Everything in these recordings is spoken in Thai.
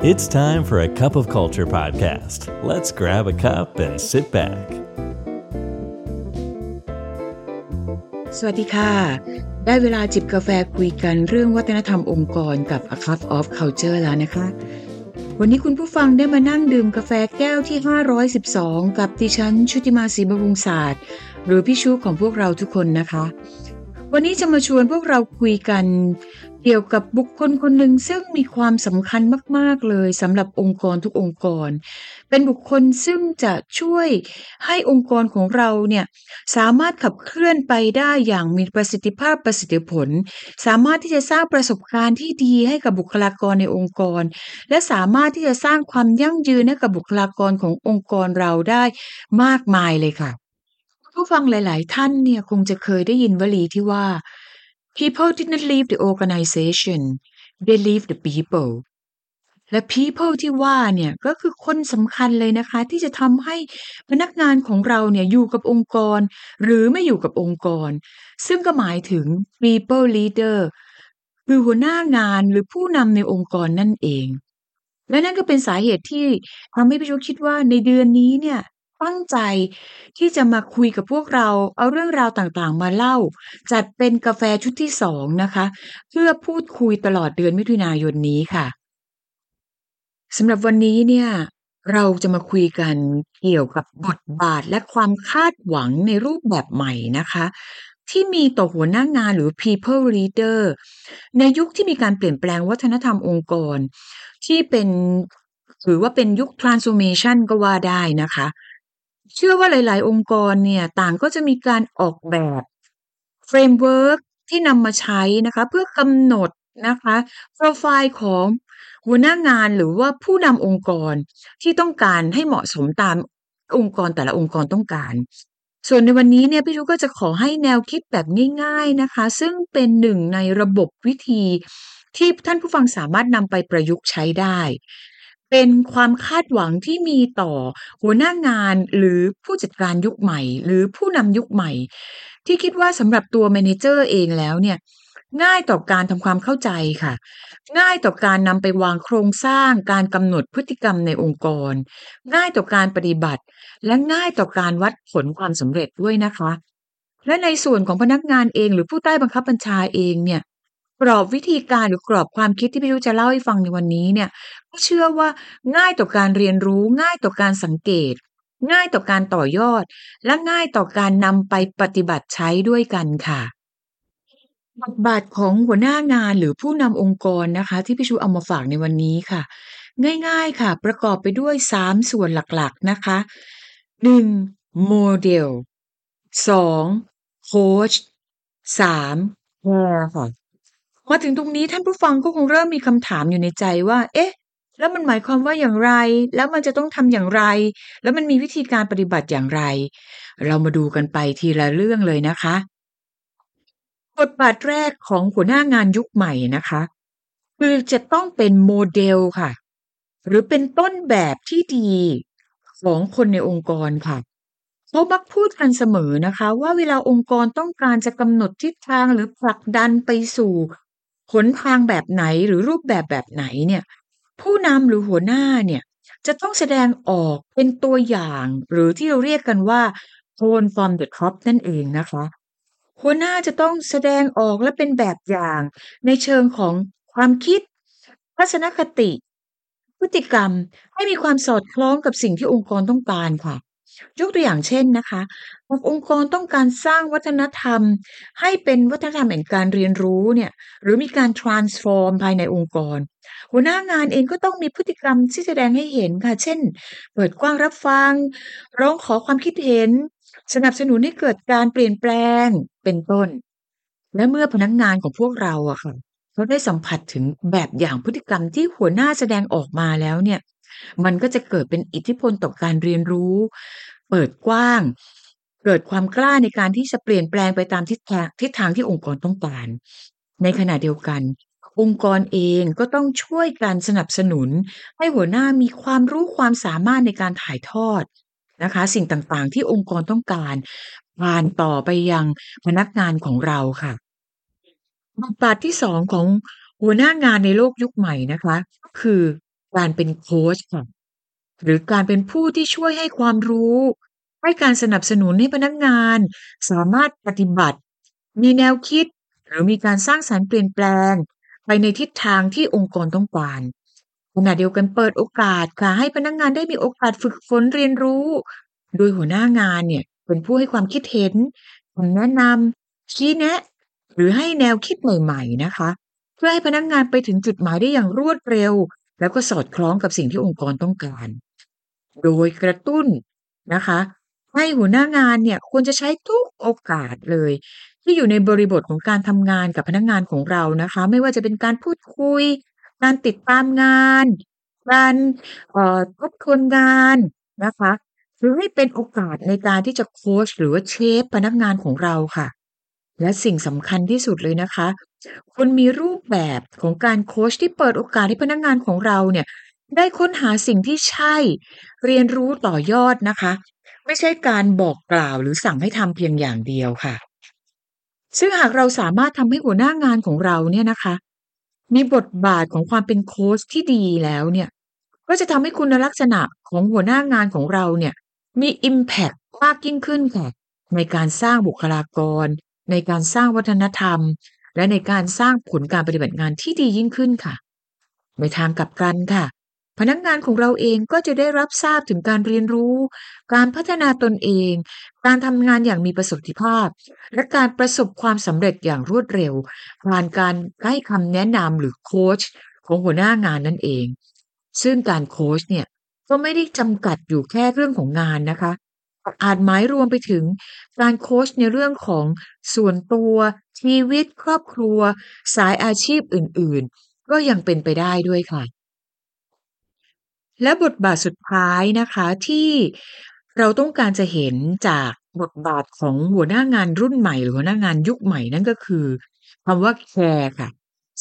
It's time for a cup of culture podcast. Let's grab a cup and sit back. สวัสดีค่ะได้เวลาจิบกาแฟคุยกันเรื่องวัฒนธรรมองค์กรกับ A Cup of Culture แล้วนะคะวันนี้คุณผู้ฟังได้มานั่งดื่มกาแฟแก้วที่512กับดิฉันชุติมาศรีบำรุงศาสตร์หรือพี่ชูของพวกเราทุกคนนะคะวันนี้จะมาชวนพวกเราคุยกันเกี่ยวกับบุคคลคนหนึ่งซึ่งมีความสำคัญมากๆเลยสำหรับองค์กรทุกองค์กรเป็นบุคคลซึ่งจะช่วยให้องค์กรของเราเนี่ยสามารถขับเคลื่อนไปได้อย่างมีประสิทธิภาพประสิทธิผลสามารถที่จะสร้างประสบการณ์ที่ดีให้กับบุคลากรในองค์กรและสามารถที่จะสร้างความยั่งยืนให้กับบุคลากรขององค์กรเราได้มากมายเลยค่ะผู้ฟังหลายๆท่านเนี่ยคงจะเคยได้ยินวลีที่ว่า People didn't leave the organization, they leave the people และ people ที่ว่าเนี่ยก็คือคนสำคัญเลยนะคะที่จะทำให้พนักงานของเราเนี่ยอยู่กับองค์กรหรือไม่อยู่กับองค์กรซึ่งก็หมายถึง people leader คือหัวหน้างานหรือผู้นำในองค์กรนั่นเองและนั่นก็เป็นสาเหตุที่ทำให้พี่ชูคิดว่าในเดือนนี้เนี่ยตั้งใจที่จะมาคุยกับพวกเราเอาเรื่องราวต่างๆมาเล่าจัดเป็นกาแฟชุดที่2นะคะเพื่อพูดคุยตลอดเดือนมิถุนายนนี้ค่ะสำหรับวันนี้เนี่ยเราจะมาคุยกันเกี่ยวกับบทบาทและความคาดหวังในรูปแบบใหม่นะคะที่มีต่อหัวหน้างานหรือ people leader ในยุคที่มีการเปลี่ยนแปลงวัฒนธรรมองค์กรที่เป็นถือว่าเป็นยุค transformation ก็ว่าได้นะคะเชื่อว่าหลายๆองค์กรเนี่ยต่างก็จะมีการออกแบบเฟรมเวิร์กที่นำมาใช้นะคะเพื่อกำหนดนะคะโปรไฟล์ของหัวหน้างานหรือว่าผู้นำองค์กรที่ต้องการให้เหมาะสมตามองค์กรแต่ละองค์กรต้องการส่วนในวันนี้เนี่ยพี่ชูก็จะขอให้แนวคิดแบบง่ายๆนะคะซึ่งเป็นหนึ่งในระบบวิธีที่ท่านผู้ฟังสามารถนำไปประยุกต์ใช้ได้เป็นความคาดหวังที่มีต่อหัวหน้างานหรือผู้จัดการยุคใหม่หรือผู้นำยุคใหม่ที่คิดว่าสำหรับตัว manager เองแล้วเนี่ยง่ายต่อการทำความเข้าใจค่ะง่ายต่อการนำไปวางโครงสร้างการกำหนดพฤติกรรมในองค์กรง่ายต่อการปฏิบัติและง่ายต่อการวัดผลความสำเร็จด้วยนะคะและในส่วนของพนักงานเองหรือผู้ใต้บังคับบัญชาเองเนี่ยกรอบวิธีการหรือกรอบความคิดที่พี่รู้จะเล่าให้ฟังในวันนี้เนี่ยก็เชื่อว่าง่ายต่อการเรียนรู้ง่ายต่อการสังเกตง่ายต่อการต่อยอดและง่ายต่อการนำไปปฏิบัติใช้ด้วยกันค่ะบทบาทของหัวหน้างานหรือผู้นำองค์กรนะคะที่พี่ชูเอามาฝากในวันนี้ค่ะง่ายๆค่ะประกอบไปด้วย3ส่วนหลักๆนะคะ1โมเดล2โค้ช3แชร์ค่ะมาถึงตรงนี้ท่านผู้ฟังก็คงเริ่มมีคำถามอยู่ในใจว่าเอ๊ะแล้วมันหมายความว่าอย่างไรแล้วมันจะต้องทำอย่างไรแล้วมันมีวิธีการปฏิบัติอย่างไรเรามาดูกันไปทีละเรื่องเลยนะคะบทบาทแรกของหัวหน้างานยุคใหม่นะคะคือจะต้องเป็นโมเดลค่ะหรือเป็นต้นแบบที่ดีของคนในองค์กรค่ะเขามักพูดกันเสมอนะคะว่าเวลาองค์กรต้องการจะกำหนดทิศทางหรือผลักดันไปสู่หนทางแบบไหนหรือรูปแบบแบบไหนเนี่ยผู้นำหรือหัวหน้าเนี่ยจะต้องแสดงออกเป็นตัวอย่างหรือที่เราเรียกกันว่า tone from the top นั่นเองนะคะหัวหน้าจะต้องแสดงออกและเป็นแบบอย่างในเชิงของความคิดทัศนคติพฤติกรรมให้มีความสอดคล้องกับสิ่งที่องค์กรต้องการค่ะ ยกตัวอย่างเช่นนะคะหากองค์กรต้องการสร้างวัฒนธรรมให้เป็นวัฒนธรรมแห่งการเรียนรู้เนี่ยหรือมีการ transform ภายในองค์กรหัวหน้างานเองก็ต้องมีพฤติกรรมที่แสดงให้เห็นค่ะเช่นเปิดกว้างรับฟังร้องขอความคิดเห็นสนับสนุนให้เกิดการเปลี่ยนแปลงเป็นต้นและเมื่อพนักงานของพวกเราอะค่ะเขาได้สัมผัสถึงแบบอย่างพฤติกรรมที่หัวหน้าแสดงออกมาแล้วเนี่ยมันก็จะเกิดเป็นอิทธิพลต่อการเรียนรู้เปิดกว้างเกิดความกล้าในการที่จะเปลี่ยนแปลงไปตามทิศทางที่องค์กรต้องการในขณะเดียวกันองค์กรเองก็ต้องช่วยกันสนับสนุนให้หัวหน้ามีความรู้ความสามารถในการถ่ายทอดนะคะสิ่งต่างๆที่องค์กรต้องการผ่านต่อไปยังพนักงานของเราค่ะบทบาทที่2ของหัวหน้างานในโลกยุคใหม่นะคะก็คือการเป็นโค้ชค่ะหรือการเป็นผู้ที่ช่วยให้ความรู้ให้การสนับสนุนให้พนักงานสามารถปฏิบัติมีแนวคิดหรือมีการสร้างสรรค์เปลี่ยนแปลงไปในทิศทางที่องค์กรต้องการขณะเดียวกันเปิดโอกาสค่ะให้พนักงานได้มีโอกาสฝึกฝนเรียนรู้โดยหัวหน้างานเนี่ยเป็นผู้ให้ความคิดเห็นคำแนะนำชี้แนะหรือให้แนวคิดใหม่ๆนะคะ เพื่อให้พนักงานไปถึงจุดหมายได้อย่างรวดเร็วแล้วก็สอดคล้องกับสิ่งที่องค์กรต้องการโดยกระตุ้นนะคะให้หัวหน้างานเนี่ยควรจะใช้ทุกโอกาสเลยที่อยู่ในบริบทของการทำงานกับพนักงานของเรานะคะไม่ว่าจะเป็นการพูดคุยการติดตามงานการทบทวนงานนะคะหรือให้เป็นโอกาสในการที่จะโคชหรือว่าเชฟพนักงานของเราค่ะ และสิ่งสำคัญที่สุดเลยนะคะควรมีรูปแบบของการโคชที่เปิดโอกาสให้พนักงานของเราเนี่ยได้ค้นหาสิ่งที่ใช่เรียนรู้ต่อยอดนะคะไม่ใช่การบอกกล่าวหรือสั่งให้ทำเพียงอย่างเดียวค่ะซึ่งหากเราสามารถทำให้หัวหน้างานของเราเนี่ยนะคะมีบทบาทของความเป็นโคชที่ดีแล้วเนี่ยก็จะทำให้คุณลักษณะของหัวหน้างานของเราเนี่ยมีอิมแพกมากยิ่งขึ้นค่ะในการสร้างบุคลากร ในการสร้างวัฒนธรรมและในการสร้างผลการปฏิบัติงานที่ดียิ่งขึ้นค่ะในทางกลับกันค่ะพนักงานของเราเองก็จะได้รับทราบถึงการเรียนรู้การพัฒนาตนเองการทำงานอย่างมีประสิทธิภาพและการประสบความสำเร็จอย่างรวดเร็วผ่านการให้คำแนะนำหรือโคชของหัวหน้างานนั่นเองซึ่งการโคชเนี่ยก็ไม่ได้จำกัดอยู่แค่เรื่องของงานนะคะ อาจหมายรวมไปถึงการโคชในเรื่องของส่วนตัวชีวิตครอบครัวสายอาชีพอื่นๆก็ยังเป็นไปได้ด้วยค่ะและบทบาทสุดท้ายนะคะที่เราต้องการจะเห็นจากบทบาทของหัวหน้างานรุ่นใหม่หรือหัวหน้างานยุคใหม่นั่นก็คือคำว่า care ค่ะ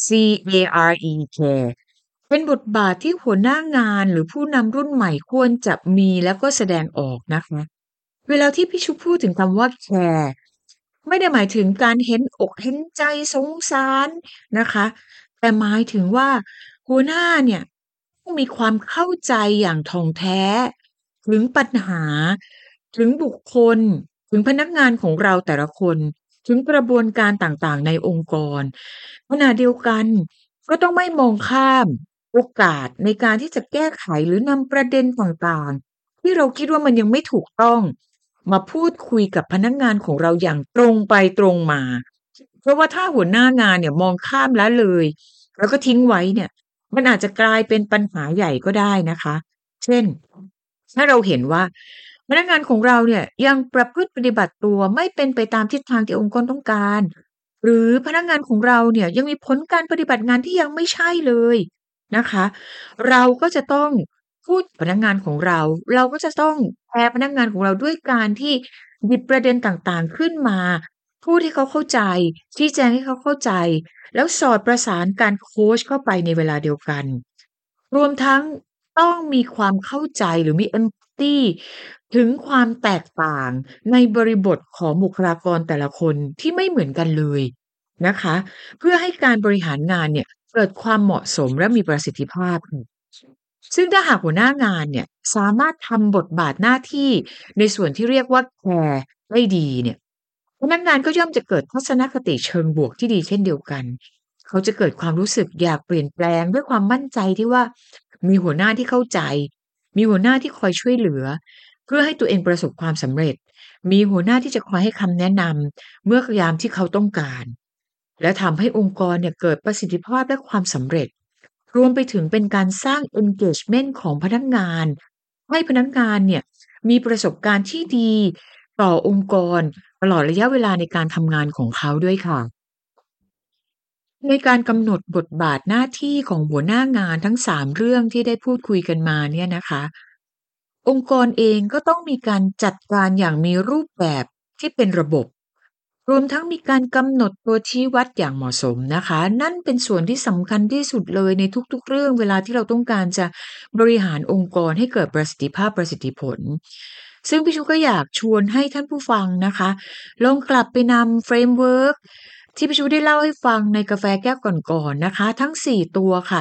CARE care เป็นบทบาทที่หัวหน้างานหรือผู้นำรุ่นใหม่ควรจะมีแล้วก็แสดงออกนะคะ เวลาที่พี่ชุพูดถึงคำว่าแคร์ไม่ได้หมายถึงการเห็นอกเห็นใจสงสารนะคะแต่หมายถึงว่าหัวหน้าเนี่ยต้องมีความเข้าใจอย่างถ่องแท้ถึงปัญหาถึงบุคคลถึงพนักงานของเราแต่ละคนถึงกระบวนการต่างๆในองค์กรขณะเดียวกันก็ต้องไม่มองข้ามโอกาสในการที่จะแก้ไขหรือนำประเด็นต่างๆ ที่เราคิดว่ามันยังไม่ถูกต้องมาพูดคุยกับพนักงานของเราอย่างตรงไปตรงมาเพราะว่าถ้าหัวหน้างานเนี่ยมองข้ามละเลยแล้วก็ทิ้งไว้เนี่ยมันอาจจะกลายเป็นปัญหาใหญ่ก็ได้นะคะเช่นถ้าเราเห็นว่าพนักงานของเราเนี่ยยังประพฤติปฏิบัติตัวไม่เป็นไปตามทิศทางที่องค์กรต้องการหรือพนักงานของเราเนี่ยยังมีผลการปฏิบัติงานที่ยังไม่ใช่เลยนะคะ เราก็จะต้องพูดกับพนักงานของเรา เราก็จะต้องแชร์พนักงานของเราด้วยการที่หยิบประเด็นต่างๆขึ้นมาพูดให้เขาเข้าใจชี้แจงให้เขาเข้าใจแล้วสอดประสานการโคชเข้าไปในเวลาเดียวกันรวมทั้งต้องมีความเข้าใจหรือมี empathy ถึงความแตกต่างในบริบทของบุคลากรแต่ละคนที่ไม่เหมือนกันเลยนะคะเพื่อให้การบริหารงานเนี่ยเกิดความเหมาะสมและมีประสิทธิภาพค่ะ ซึ่งถ้าหากหัวหน้างานเนี่ยสามารถทำบทบาทหน้าที่ในส่วนที่เรียกว่าแคร์ได้ดีเนี่ยพนักงานก็ย่อมจะเกิดทัศนคติเชิงบวกที่ดีเช่นเดียวกันเขาจะเกิดความรู้สึกอยากเปลี่ยนแปลงด้วยความมั่นใจที่ว่ามีหัวหน้าที่เข้าใจมีหัวหน้าที่คอยช่วยเหลือเพื่อให้ตัวเองประสบความสำเร็จมีหัวหน้าที่จะคอยให้คำแนะนำเมื่อยามที่เขาต้องการและทำให้องค์กรเนี่ยเกิดประสิทธิภาพและความสำเร็จ รวมไปถึงเป็นการสร้าง engagement ของพนักงานให้พนักงานเนี่ยมีประสบการณ์ที่ดีต่อองค์กรตลอดระยะเวลาในการทำงานของเขาด้วยค่ะในการกำหนดบทบาทหน้าที่ของหัวหน้างานทั้ง3เรื่องที่ได้พูดคุยกันมาเนี่ยนะคะองค์กรเองก็ต้องมีการจัดการอย่างมีรูปแบบที่เป็นระบบ รวมทั้งมีการกำหนดตัวชี้วัดอย่างเหมาะสมนะคะนั่นเป็นส่วนที่สำคัญที่สุดเลยในทุกๆเรื่องเวลาที่เราต้องการจะบริหารองค์กรให้เกิดประสิทธิภาพประสิทธิผลซึ่งพี่ชุก็อยากชวนให้ท่านผู้ฟังนะคะลองกลับไปนำเฟรมเวิร์กที่พี่ชุได้เล่าให้ฟังในกาแฟแก้วก่อนๆนะคะทั้ง4ตัวค่ะ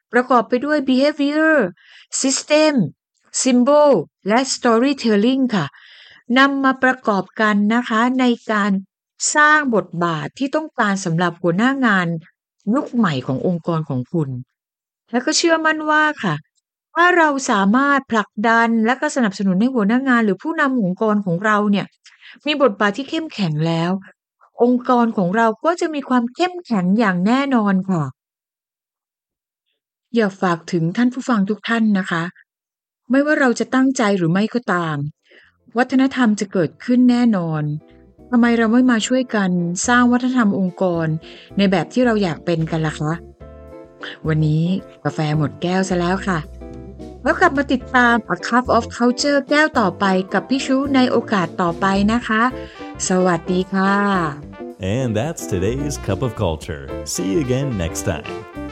ประกอบไปด้วย behavior system symbol และ storytelling ค่ะนำมาประกอบกันนะคะในการสร้างบทบาทที่ต้องการสำหรับหัวหน้างานยุคใหม่ขององค์กรของคุณและก็เชื่อมั่นว่าค่ะถ้าเราสามารถผลักดันและก็สนับสนุนให้หัวหน้างานหรือผู้นำองค์กรของเราเนี่ยมีบทบาทที่เข้มแข็งแล้วองค์กรของเราก็จะมีความเข้มแข็งอย่างแน่นอนค่ะอยากฝากถึงท่านผู้ฟังทุกท่านนะคะไม่ว่าเราจะตั้งใจหรือไม่ก็ตามวัฒนธรรมจะเกิดขึ้นแน่นอนทำไมเราไม่มาช่วยกันสร้างวัฒนธรรมองค์กรในแบบที่เราอยากเป็นกันล่ะคะวันนี้กาแฟหมดแก้วซะแล้วค่ะแล้วกลับมาติดตาม A Cup of Culture แก้วต่อไปกับพี่ชูในโอกาสต่อไปนะคะสวัสดีค่ะ And that's today's Cup of Culture. See you again next time.